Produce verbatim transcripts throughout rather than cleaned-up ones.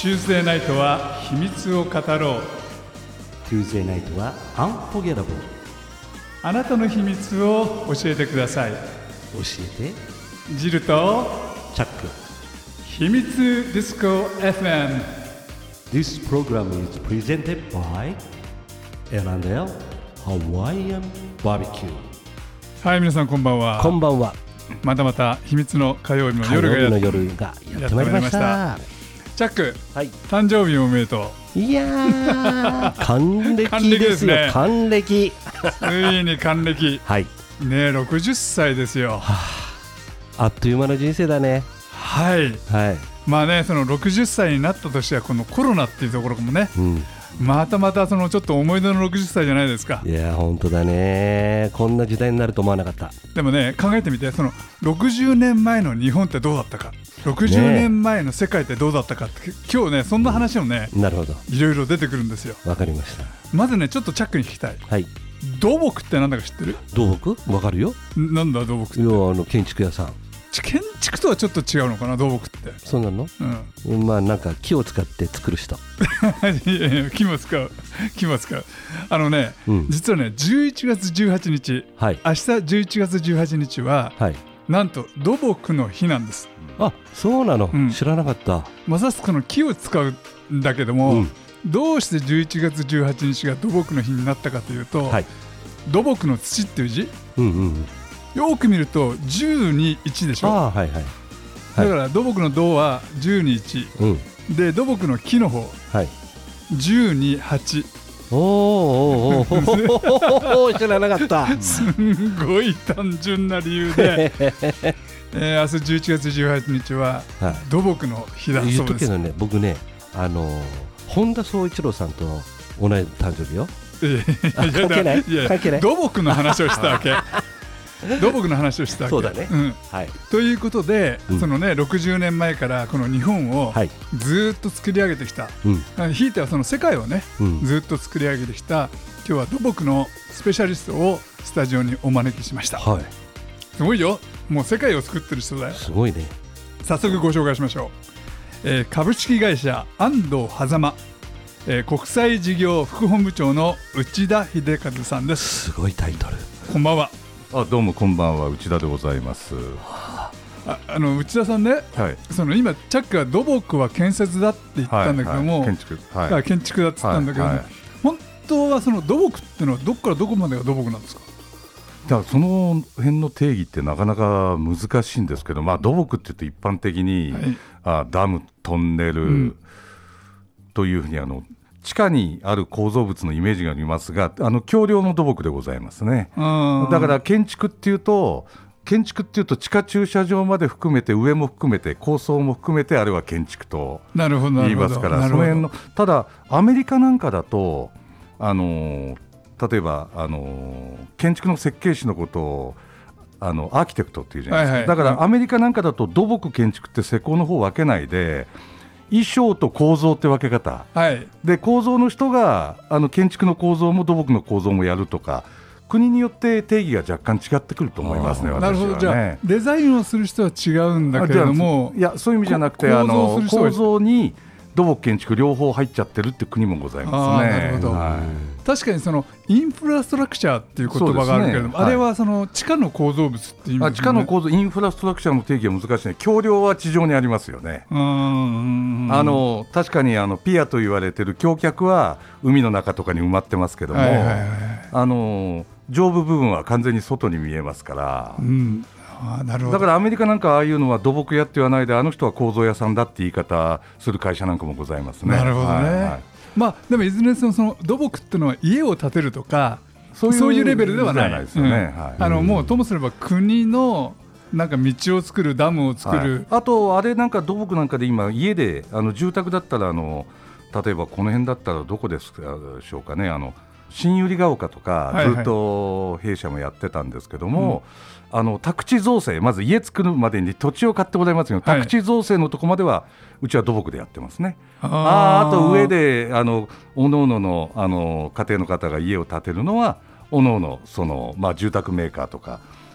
Tuesday ナイトは秘密を語ろう。 Tuesday ナイトは Unforgettable。 あなたの秘密を教えてください。 教えてジルとチャック。 秘密ディスコ エフエム。 This program is presented by エルアンドエル Hawaiian Barbecue。 はい、皆さんこんばんは。 こんばんは。 またまた秘密の火曜日の夜がやっ火曜日の夜がやってまいりました。 チャック、 はい、 誕生日おめでとう。いやー還暦ですよ。還暦ついに還暦はいね、ろくじゅっさいですよ、はあ、あっという間の人生だね。 はい、 はい、まあね、そのろくじゅっさいになった年はこのコロナっていうところもね、うん、またまたそのちょっと思い出のろくじゅっさいじゃないですか。 いや本当だね。こんな時代になると思わなかった。 でもね、考えてみて、そのろくじゅうねんまえの日本ってどうだったか、ろくじゅうねんまえの世界ってどうだったかって、ね、今日ねそんな話もね、 うん、なるほど、 いろいろ出てくるんですよ。 わかりました。 まずね、ちょっとチャックに聞きたい。はい。土木ってなんだか知ってる？ 土木？わかるよ。 なんだ土木って？ いや、あの建築屋さん。 建築とはちょっと違うのかな、土木って。 そうなの？うん、まあなんか木を使って作る人。 いやいや、木も使う木も使うあのね、うん、実はねじゅういちがつじゅうはちにち、はい、明日じゅういちがつじゅうはちにちは、はい、なんと土木の日なんです。 あ、そうなの、うん、知らなかった。 まさしくこの木を使うんだけども、うん、どうしてじゅういちがつじゅうはちにちが土木の日になったかというと、はい、土木の土っていう字、うんうんうん、よく見るとじゅうにいちでしょ。あ、はいはい、だから土木の土はじゅうにいち、うん、で土木の木の方、はい、じゅうにはち。 おーおーおー知らなかった。 すんごい単純な理由で、えー、明日じゅういちがつじゅうはちにちは土木の日だそうです。 言うとけどね、僕ね、あのー、本田宗一郎さんと同じ誕生日よ。関係ない？いや、関係ない。 土木の話をしたわけ。土木の話をしたわけ。 そうだね、うん、はい、 ということで、うん、そのね、ろくじゅうねんまえからこの日本をずっと作り上げてきた、はい、ひいてはその世界をね、うん、ずっと作り上げてきた、今日は土木のスペシャリストをスタジオにお招きしました、はい、すごいよ。もう世界を作ってる人だよ。 すごいね。 早速ご紹介しましょう、えー、株式会社安藤狭間、えー、国際事業副本部長の内田秀和さんです。 すごいタイトル。 こんばんは。 あ、どうもこんばんは、内田でございます。 ああの内田さんね、はい、その今チャックが土木は建設だって言ったんだけども、はいはい、建築、はい、建築だって言ったんだけども、はいはい、本当はその土木ってのはどこからどこまでが土木なんですか？ だからその辺の定義ってなかなか難しいんですけど、まあ、土木って言うと一般的に、はい、あダム、トンネル、うん、というふうにあの地下にある構造物のイメージがありますが、あの橋梁の土木でございますね。だから建築っていうと建築っていうと地下駐車場まで含めて上も含めて高層も含めてあれは建築と言いますから、その辺の。ただアメリカなんかだとあの例えばあの建築の設計士のことをあのアーキテクトっていうじゃないですか、はいはい、だからアメリカなんかだと土木建築って施工の方を分けないで衣装と構造って分け方、はい、で構造の人があの建築の構造も土木の構造もやるとか、国によって定義が若干違ってくると思いますね。私はね。なるほど。じゃあデザインをする人は違うんだけれども、 いやそういう意味じゃなくて、あの構造に土木建築両方入っちゃってるって国もございますね。 あ、なるほど、はい、確かにそのインフラストラクチャーっていう言葉があるけれども、ね、はい、あれはその地下の構造物っていう意味ですね。 地下の構造、インフラストラクチャーの定義は難しいね。橋梁は地上にありますよね。うーん、あの確かにあのピアと言われている橋脚は海の中とかに埋まってますけども、はいはいはい、あの上部部分は完全に外に見えますから、うん、あ、なるほど。だからアメリカなんかああいうのは土木屋って言わないで、あの人は構造屋さんだって言い方する会社なんかもございますね。 なるほどね、はいはい、まあ、でもいずれにせよその土木っていうのは家を建てるとかそういう、そういうレベルではないですよね、うん、はい、あのもうともすれば国のなんか道を作る、ダムを作る、 はい、あとあれなんか土木なんかで今家であの住宅だったらあの例えばこの辺だったらどこですでしょうかね、あの新百合ヶ丘とかずっと弊社もやってたんですけども、はいはい、あの宅地造成、まず家作るまでに土地を買ってございますけど、宅地造成のとこまではうちは土木でやってますね。あ, あと上であのおのおのの、あの家庭の方が家を建てるのはおのおのその、まあ、住宅メーカーとか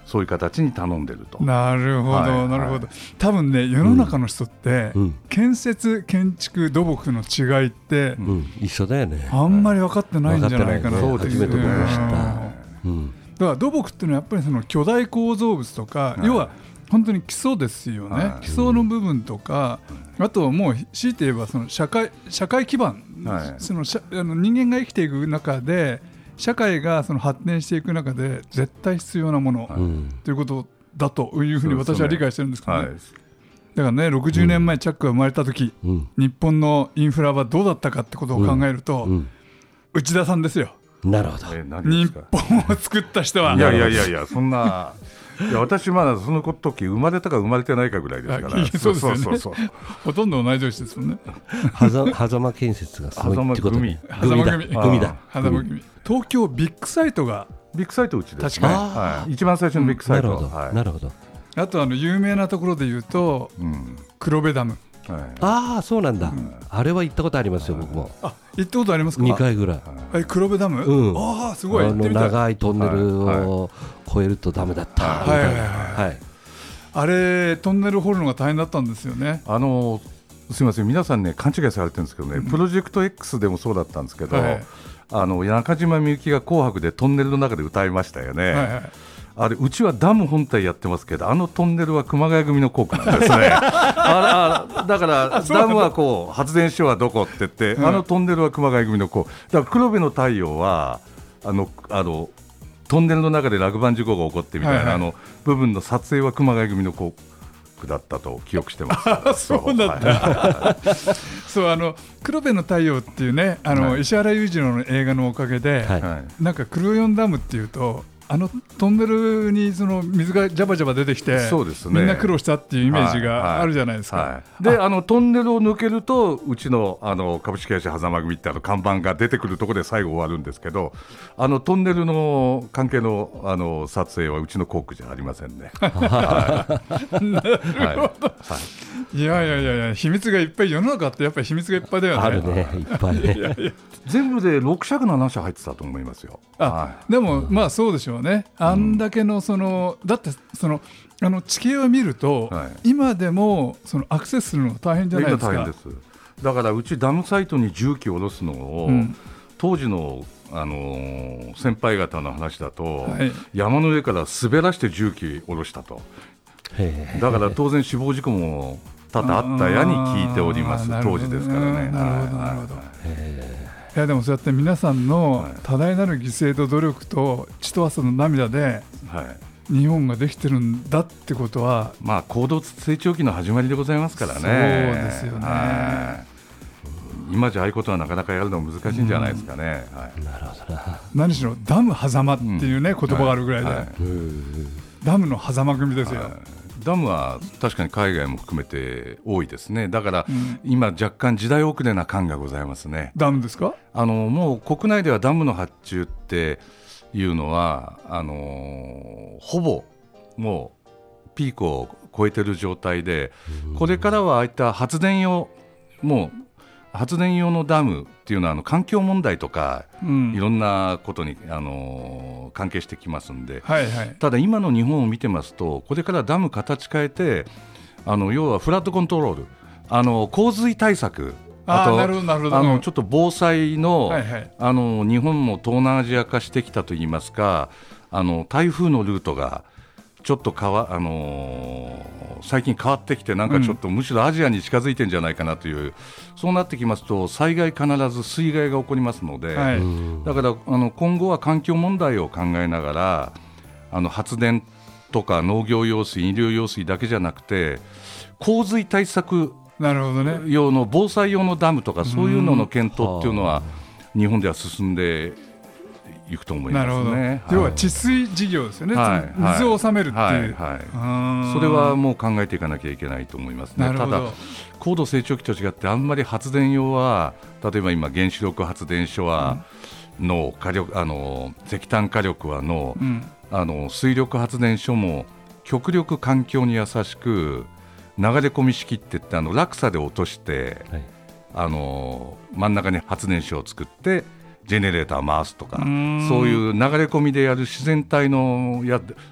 そういう形に頼んでると。 なるほど、はい、なるほど。多分ね、世の中の人って、うん、建設建築土木の違いって、 うん、一緒だよね。 あんまり分かってないんじゃないかな、 そう初めて思いました。 うん、だから土木っていうのはやっぱりその巨大構造物とか、はい、要は本当に基礎ですよね、はい、基礎の部分とか、うん、あともう強いて言えばその社会、社会基盤、はい、そのあの人間が生きていく中で社会がその発展していく中で絶対必要なもの、うん、ということだというふうに私は理解してるんですけどね、はい、だからねろくじゅうねんまえチャックが生まれた時、うん、日本のインフラはどうだったかってことを考えると、うんうん、内田さんですよ。 なるほど。 日本を作った人は。 いやいやいやいや、そんないや私まだその時生まれたか生まれてないかぐらいですから。 そうですよね。そうそうそうほとんど同い年ですもんね。 狭間建設がすごいってことね。 狭間組組だ。 狭間組。東京ビッグサイトがビッグサイトうちです。 確かに、 はい、一番最初のビッグサイト、 うん、なるほど、はい、なるほど。 あとあの有名なところで言うと、うん、黒部ダム、 はい、ああそうなんだ、うん、あれは行ったことありますよ、僕も。 あ、行ったことありますか。 にかいぐらい。 え、黒部ダム、うん、ああすごい。 あの長いトンネルを越えるとダメだった、 はいはいはいはい、あれトンネル掘るのが大変だったんですよね。 あのすみません、皆さんね勘違いされてるんですけどね、うん、プロジェクト X でもそうだったんですけど、はい、あの中島みゆきが紅白でトンネルの中で歌いましたよね、はいはい、あれうちはダム本体やってますけど、あのトンネルは熊谷組の工区なんですねああだからダムはこう発電所はどこって言って、うん、あのトンネルは熊谷組の工区だから、黒部の太陽はあのあのトンネルの中で落盤事故が起こってみたいな、はいはい、あの部分の撮影は熊谷組の工区だったと記憶してます。 そうなんだ、はい、そうあの黒部の太陽っていうね、あの、はい、石原裕次郎の映画のおかげで、はい、なんか黒四ダムっていうとあのトンネルにその水がジャバジャバ出てきて、そうですね、みんな苦労したっていうイメージがあるじゃないですか、はいはいはい、 であのトンネルを抜けるとうち の, あの株式会社狭間組ってあの看板が出てくるところで最後終わるんですけど、あのトンネルの関係 の, あの撮影はうちの工区じゃありませんねなるほど、はい、 いやいやいやいや、秘密がいっぱい、世の中ってやっぱり秘密がいっぱいだよね。 あるね、いっぱいねいやいや全部でろく社なな社入ってたと思いますよ。 あ、はい、でもまあそうでしょうね。あんだけのその、だってそのあの地形を見ると、はい、今でもそのアクセスするのが大変じゃないですか。大変です。 だからうちダムサイトに重機を下ろすのを、うん、当時の、あのー、先輩方の話だと、はい、山の上から滑らして重機を下ろしたと。だから当然死亡事故も多々あったやに聞いております。当時ですからね。 なるほどなるほど。いやでもそうやって皆さんの多大なる犠牲と努力と血と汗の涙で日本ができてるんだってことは、 まあ、高度成長期の始まりでございますからね。 そうですよね。 今じゃああいうことはなかなかやるの難しいんじゃないですかね、うん、はい、 なるほどな。 何しろダム狭間っていうね、うん、言葉があるぐらいで、はいはい、ダムの狭間組ですよ、はい。 ダムは確かに海外も含めて多いですね。だから、うん、今若干時代遅れな感がございますね。 ダムですか。 あのもう国内ではダムの発注っていうのはあのほぼもうピークを超えている状態で、これからはああいった発電用もう発電用のダムっていうのはあの環境問題とか、うん、いろんなことにあの関係してきますんで、はいはい、ただ今の日本を見てますと、これからダム形変えて、あの要はフラッドコントロール、あの洪水対策、あとあのちょっと防災 の,、はいはい、あの日本も東南アジア化してきたといいますか、あの台風のルートがちょっと変わ、あのー、最近変わってきて、なんかちょっとむしろアジアに近づいてるんじゃないかなという、うん、そうなってきますと災害必ず水害が起こりますので、はい、だからあの今後は環境問題を考えながら、あの発電とか農業用水、医療用水だけじゃなくて洪水対策用の防災用のダムとか、そういうのの検討っていうのは日本では進んでいくと思いますね。なるほど、はい、 要は治水事業ですよね、はい、水を収めるっていう、はいはいはい、それはもう考えていかなきゃいけないと思いますね。ただ高度成長期と違ってあんまり発電用は、例えば今原子力発電所はの火力、あの石炭火力はの、うん、あの水力発電所も極力環境に優しく流れ込み式っていって、あの落差で落として、はい、あの真ん中に発電所を作ってジェネレーターを回すとか、そういう流れ込みでやる自然体のや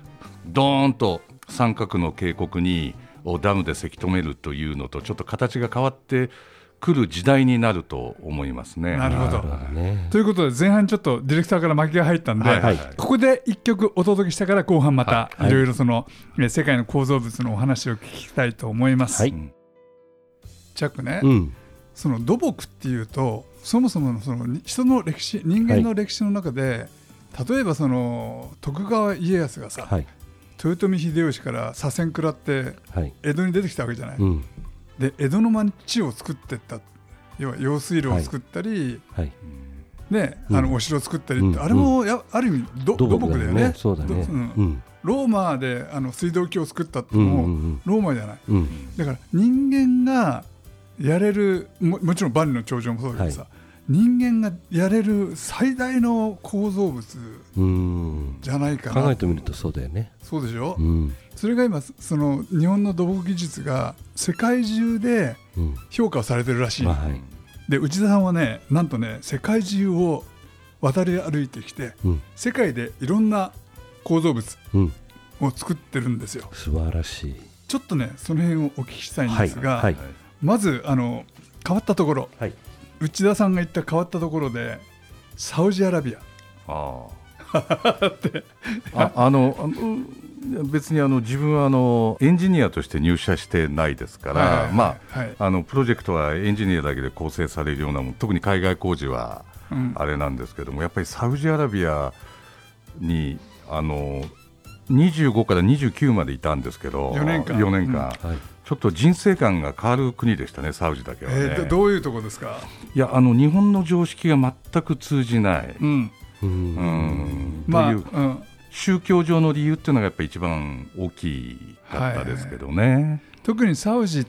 ドーンと三角の渓谷にをダムでせき止めるというのとちょっと形が変わってくる時代になると思いますね。 なるほど、ね、ということで前半ちょっとディレクターから巻きが入ったんで、はいはいはい、ここでいっきょくお届けしたから後半またいろいろその、はい、世界の構造物のお話を聞きたいと思います、はい、チャックね、うん、その土木っていうとそもそも その人の歴史人間の歴史の中で、はい、例えばその徳川家康がさ、はい、豊臣秀吉から左遷食らって江戸に出てきたわけじゃない、はい、うんで江戸の町を作っていった、要は用水路を作ったり、はいはいねうん、あのお城を作ったりって、うん、あれもやある意味土木だよね。そうだね、うんうん、ローマであの水道橋を作ったってのも、うんうん、ローマじゃない、うん、だから人間がやれる も, もちろん万里の長城もそうだけどさ、はい、人間がやれる最大の構造物じゃないかな。 考えてみるとそうだよね。 そうでしょ、うんそれが今その日本の土木技術が世界中で評価をされてるらしい、うんはい、で内田さんはねなんとね世界中を渡り歩いてきて、うん、世界でいろんな構造物を作ってるんですよ、 うん、素晴らしい。 ちょっとねその辺をお聞きしたいんですが、はいはい、まずあの変わったところ、はい、内田さんが言った変わったところでサウジアラビアあってああのあの別にあの自分はあのエンジニアとして入社してないですから、はいはいはいまあはい、あのプロジェクトはエンジニアだけで構成されるようなもの、特に海外工事はあれなんですけども、うん、やっぱりサウジアラビアにあのにじゅうごからにじゅうきゅうまでいたんですけどよねんかん、 よねんかん、うんはい、ちょっと人生観が変わる国でしたね、サウジだけはね、えー、どういうとこですか。 いやあの日本の常識が全く通じない、うんうん、まあ、という、うん宗教上の理由っていうのがやっぱり一番大きかったですけどね、はいはい、 特にサウジって、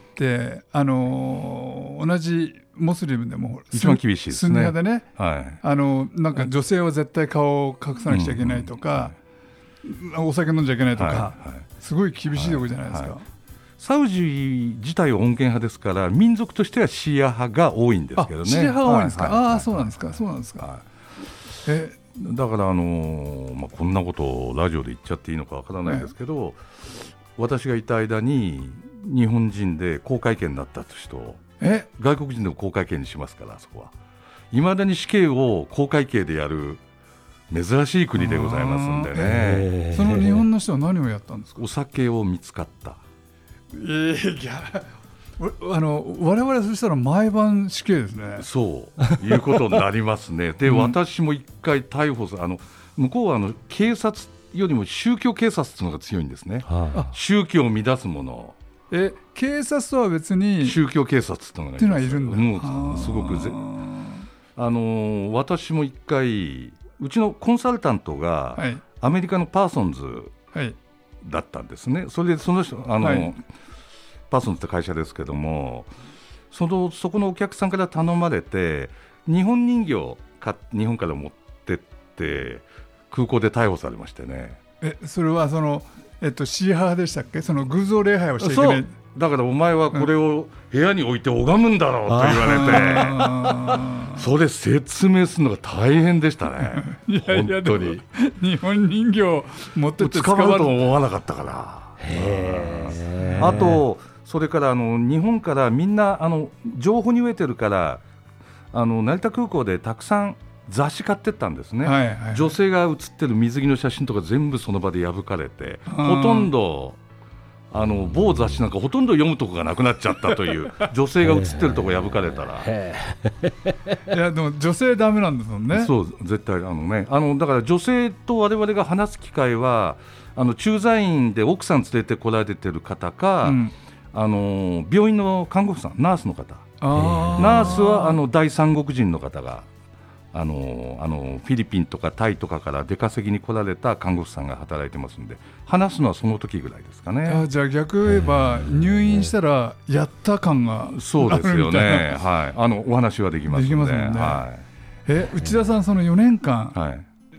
あのー、同じモスリムでも一番厳しいですね。 スンニ派でね、はい、あのなんか女性は絶対顔を隠さなくちゃいけないとか、うんうん、お酒飲んじゃいけないとか、はいはい、すごい厳しいところじゃないですか、はいはい、 サウジ自体は穏健派ですから民族としてはシーア派が多いんですけどね。 あシーア派が多いんですか、はいはいはい、ああそうなんですかそうなんですか、はい、 えだから、あのーまあ、こんなことをラジオで言っちゃっていいのかわからないですけど、はい、私がいた間に日本人で公会計になった人、え外国人でも公会計にしますから、そこはいまだに死刑を公会計でやる珍しい国でございますんでね。 その日本の人は何をやったんですか。 お酒を見つかった。 えー、いやあの我々そしたら毎晩死刑ですね。 そういうことになりますねで、うん、私も一回逮捕さあの向こうはあの警察よりも宗教警察というのが強いんですね、はあ、宗教を乱すもの。 え警察とは別に宗教警察というのがいます。 っていうのはいるんだ。 もうすごくぜあの私も一回うちのコンサルタントが、はい、アメリカのパーソンズだったんですね、はい、それでその人あの、はいパーソンズって会社ですけども、そのそこのお客さんから頼まれて日本人形か日本から持ってって空港で逮捕されましてね。 えそれはその、えっと、シー派でしたっけ。その偶像礼拝をしちゃいけない。 そうだからお前はこれを部屋に置いて拝むんだろうと言われて、それ説明するのが大変でしたねいやいや本当に日本人形を持ってって使うと思わなかったから。へあとそれからあの日本からみんなあの情報に飢えてるからあの成田空港でたくさん雑誌買ってったんですね、はいはい、女性が写ってる水着の写真とか全部その場で破かれて、ほとんどあの某雑誌なんかほとんど読むとこがなくなっちゃったという女性が写ってるとこ破かれたらいやでも女性ダメなんですもんね。 そう絶対あのねあのだから女性と我々が話す機会はあの駐在員で奥さん連れてこられてる方か、うんあの病院の看護婦さんナースの方、あナースはあの第三国人の方があのあのフィリピンとかタイとかから出稼ぎに来られた看護婦さんが働いてますんで、話すのはその時ぐらいですかね。 あじゃあ逆言えば入院したらやった感があるみたいな。 そうですよね、はい、あのお話はできますので。できますもんね、はい、 え内田さんそのよねんかん、はい、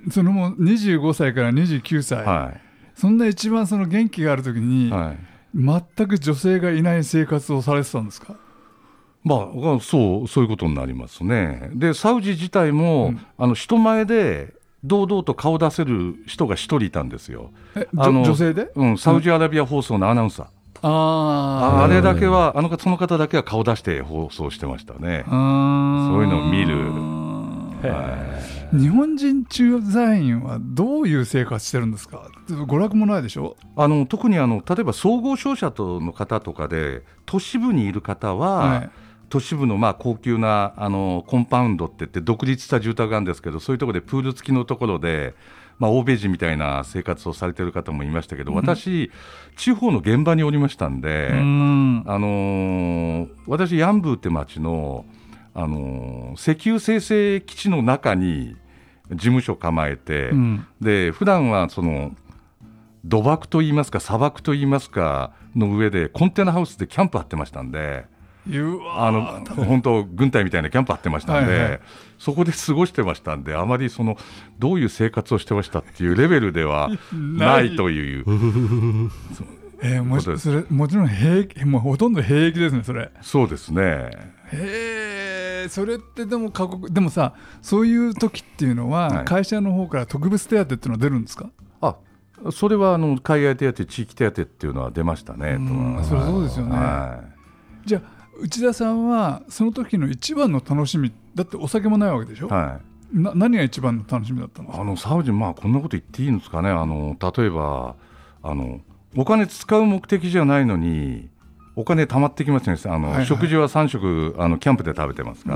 そのもうにじゅうごさいからにじゅうきゅうさい、はい、そんな一番その元気がある時に、はい全く女性がいない生活をされてたんですか。 まあ、そう、そういうことになりますね。でサウジ自体も、うん、あの人前で堂々と顔出せる人が一人いたんですよ。 えあの女性で、 うん、サウジアラビア放送のアナウンサー、 うん、あああれだけはあのその方だけは顔出して放送してましたね。 あそういうのを見る。 日本人駐在員はどういう生活してるんですか。娯楽もないでしょ。 あの特にあの例えば総合商社との方とかで都市部にいる方は、はい、都市部のまあ高級なあのコンパウンドって言って独立した住宅があるんですけど、そういうところでプール付きのところで、まあ、欧米人みたいな生活をされている方もいましたけど、うん、私地方の現場におりましたんで、うんあのー、私ヤンブーって町のあの石油精製基地の中に事務所構えて、うん、で普段はその土漠といいますか砂漠といいますかの上でコンテナハウスでキャンプ張ってましたんで、あの本当軍隊みたいなキャンプ張ってましたんで、はいはい、そこで過ごしてましたんで、あまりそのどういう生活をしてましたっていうレベルではないというえー、も, それもちろん平気、もうほとんど平気ですねそれ。 そうですね。 へえ、それってでも過酷でもさ、そういう時っていうのは、はい、会社の方から特別手当っていうのは出るんですか。 あ、それはあの海外手当、地域手当っていうのは出ましたね。 うん、それそうですよね、はい、じゃあ内田さんはその時の一番の楽しみだってお酒もないわけでしょ、はい、な何が一番の楽しみだったんですか。 あのサウジ、まあ、こんなこと言っていいんですかね。あの例えばあのお金使う目的じゃないのにお金貯まってきますね。あの、はいはい、食事はさん食あのキャンプで食べてますから、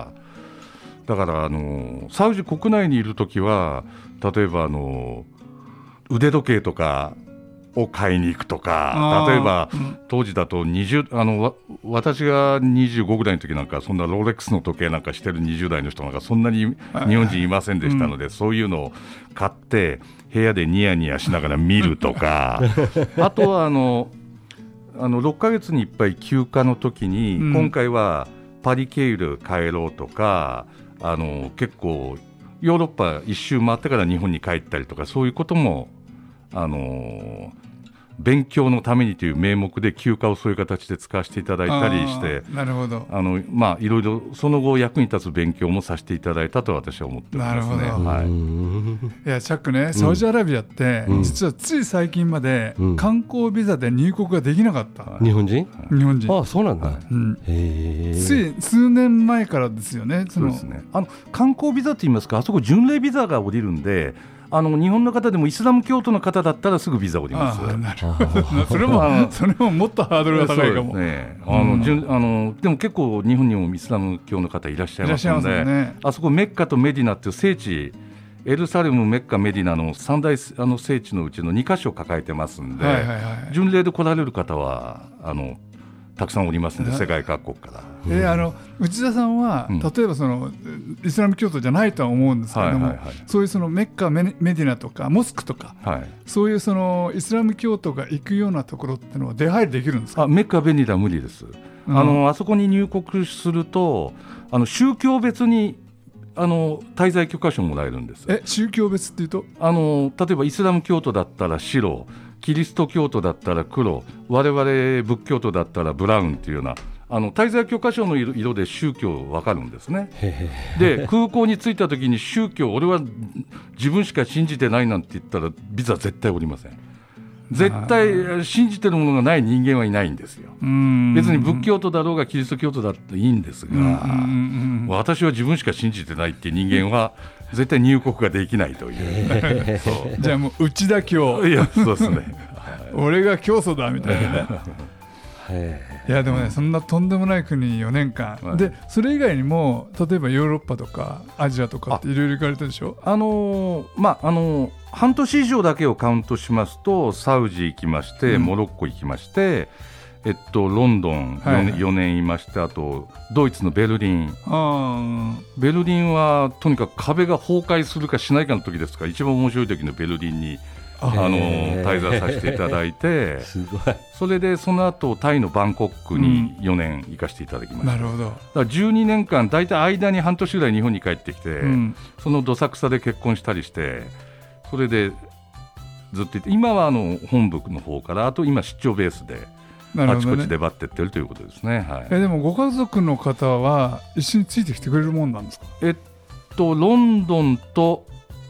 うん、だからあのサウジ国内にいるときは例えばあの腕時計とかを買いに行くとか、例えば、うん、当時だとにじゅうあの私がにじゅうごぐらいの時なんかそんなロレックスの時計なんかしてるにじゅう代の人なんかそんなに日本人いませんでしたので、うん、そういうのを買って部屋でニヤニヤしながら見るとかあとはあのあのろっかげつにいっぱい休暇の時に、うん、今回はパリ経由で帰ろうとか、あの結構ヨーロッパ一周回ってから日本に帰ったりとか、そういうこともあの勉強のためにという名目で休暇をそういう形で使わせていただいたりして、 なるほど、 あの、まあ、いろいろその後役に立つ勉強もさせていただいたと私は思っておりますね。 なるほど、 はい、 いやチャックね、サウジアラビアって、うん、実はつい最近まで観光ビザで入国ができなかった、 うん、日本人日本人ああそうなんだ、うん、 へつい数年前からですよね。 そのそうですね、あの観光ビザといいますか、あそこ巡礼ビザが下りるんで、あの日本の方でもイスラム教徒の方だったらすぐビザ降ります。 あなるほどそれもそれももっとハードルが高いかも。 そうですね、あの、うん、あのでも結構日本にもイスラム教の方いらっしゃいますので、ね、あそこメッカとメディナっていう聖地、エルサレム、メッカ、メディナの三大あの聖地のうちのにか所抱えてますんで、はいはいはい、巡礼で来られる方はあのたくさんおりますので、世界各国から。 えー、あの内田さんは、うん、例えばそのイスラム教徒じゃないとは思うんですけれども、はいはいはい、そういうそのメッカメディナとかモスクとか、はい、そういうそのイスラム教徒が行くようなところってのは出入りできるんですか。 あメッカメディナは無理です、うん、あのあそこに入国するとあの宗教別にあの滞在許可証もらえるんです。 え宗教別っていうと、 あの例えばイスラム教徒だったら白、キリスト教徒だったら黒、我々仏教徒だったらブラウンっていうようなあの滞在許可証の 色, 色で宗教分かるんですね。で空港に着いた時に宗教俺は自分しか信じてないなんて言ったらビザ絶対おりません。絶対信じてるものがない人間はいないんですよ。別に仏教徒だろうがキリスト教徒だっていいんですが、私は自分しか信じてないっていう人間は絶対入国ができないというそうじゃあもう内田教、 いやそうですね俺が教祖だみたいないやでもね、そんなとんでもない国によねんかん、はい、でそれ以外にも例えばヨーロッパとかアジアとかっていろいろ行かれたでしょ。 あのー、まああのー、半年以上だけをカウントしますとサウジ行きまして、うん、モロッコ行きまして、えっと、ロンドン よ, はいはい、よねんいまして、あとドイツのベルリン。あベルリンはとにかく壁が崩壊するかしないかの時ですから、一番面白い時のベルリンにあの滞在させていただいてすごい。それでその後タイのバンコクによねん行かせていただきました、 うん、なるほど。だからじゅうにねんかんだいたい間に半年ぐらい日本に帰ってきて、うん、そのどさくさで結婚したりして、それでずっといて、今はあの本部の方からあと今出張ベースであちこち出張ってってるということですね。はい、 えでもご家族の方は一緒についてきてくれるもんなんですか。 えっとロンドンと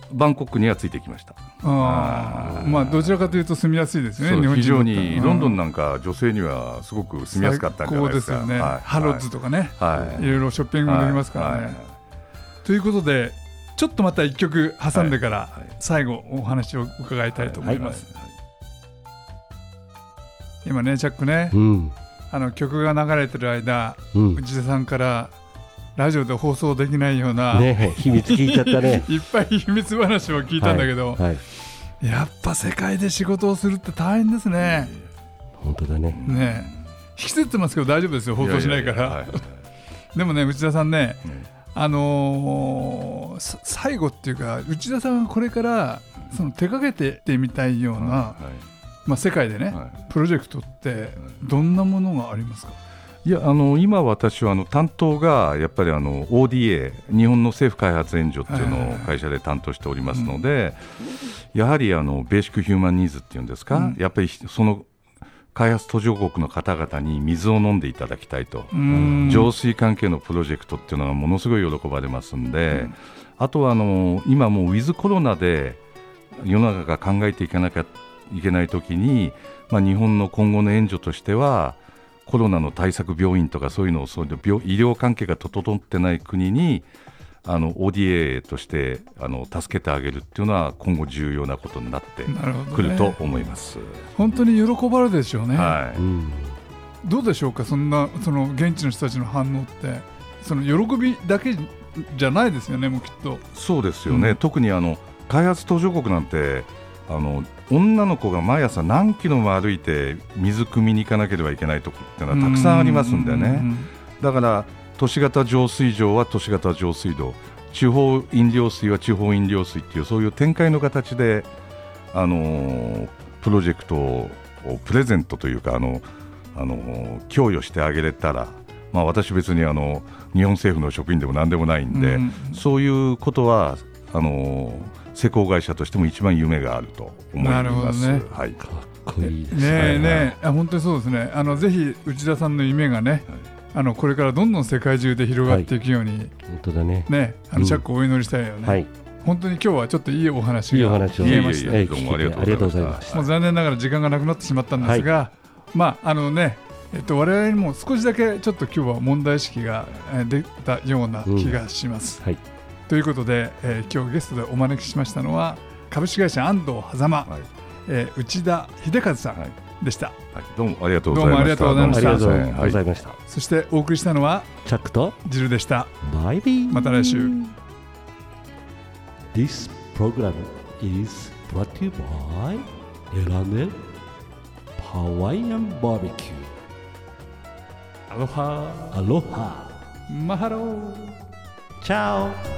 バンコクにはついてきました。 あまあどちらかというと住みやすいですね。日本人非常にロンドンなんか女性にはすごく住みやすかったんじゃないですか。 最高ですよね、はい、ハロッズとかね、 はい、 いろいろショッピングもできますからね、はいはい、ということでちょっとまた一曲挟んでから最後お話を伺いたいと思います、はいはいはい、今ねチャックね、うん、あの曲が流れてる間、うん、内田さんからラジオで放送できないような、 ね、秘密聞いちゃったねいっぱい秘密話を聞いたんだけど、はいはい、やっぱ世界で仕事をするって大変ですね。 本当だ ね, ね引きずってますけど大丈夫ですよ、放送しないから。いやいやいや、はい、でもね内田さんね、うん、あのー、最後っていうか内田さんがこれからその手掛けてってみたいような、うんはいまあ、世界でね、はい、プロジェクトってどんなものがありますか？ いやあの今私はあの担当がやっぱりあの オーディーエー 日本の政府開発援助っていうのを会社で担当しておりますので、やはりあのベーシックヒューマンニーズっていうんですか、うん、やっぱりその開発途上国の方々に水を飲んでいただきたいと、浄水関係のプロジェクトっていうのがものすごい喜ばれますんで、うん、あとはあの今もうウィズコロナで世の中が考えていかなきゃいけないときに、まあ、日本の今後の援助としてはコロナの対策病院とかそういうのをそういう病医療関係が整ってない国にあの オーディーエー としてあの助けてあげるっていうのは今後重要なことになってくると思います、ね、 本当に喜ばれるでしょうね、 はいうん、 どうでしょうか、そんなその現地の人たちの反応ってその喜びだけじゃないですよね。もうきっとそうですよね、 うん、特にあの開発途上国なんてあの女の子が毎朝何キロも歩いて水汲みに行かなければいけないところっていうのはたくさんありますんでね、だから都市型浄水場は都市型浄水道、地方飲料水は地方飲料水っていうそういう展開の形で、あのー、プロジェクトをプレゼントというかあの、あのー、供与してあげれたら、まあ、私別にあの日本政府の職員でも何でもないんで、うん、そういうことはあのー施工会社としても一番夢があると思います。なるほどね、はい、 かっこいいですね。 ねえねえ、本当にそうですね。あのぜひ内田さんの夢がね、はい、あのこれからどんどん世界中で広がっていくように、はい、 本当だね。 ね、あのチャックお祈りしたいよね、うんはい、本当に今日はちょっといいお話がいいお話を聞けました。 いやいやいや、どうもありがとうございました。 もう残念ながら時間がなくなってしまったんですが、はい、まああのね、えっと、我々にも少しだけちょっと今日は問題意識が出たような気がします、うんはい、ということで、えー、今日ゲストでお招きしましたのは株式会社安藤狭間、はいえー、内田秀和さんでした、はいはい、どうもありがとうございました。どうもありがとうございました。 ありがとうございました、はい、 そしてお送りしたのはチャックとジルでした。 バイビー。 また来週。 This program is brought to you by エラネハワイアンバーベキュー。アロハアロハマハロー。 チャオ。